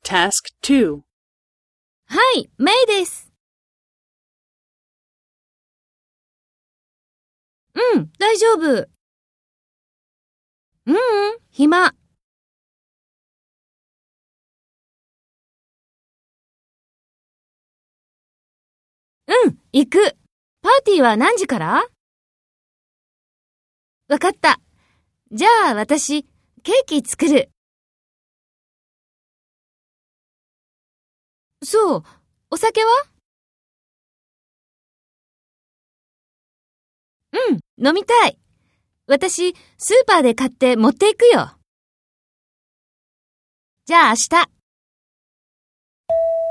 Task 2. はい、メイです。大丈夫。暇。行く。パーティーは何時から？わかった。じゃあ私、ケーキ作る。そう、お酒は？飲みたい。私、スーパーで買って持っていくよ。じゃあ明日。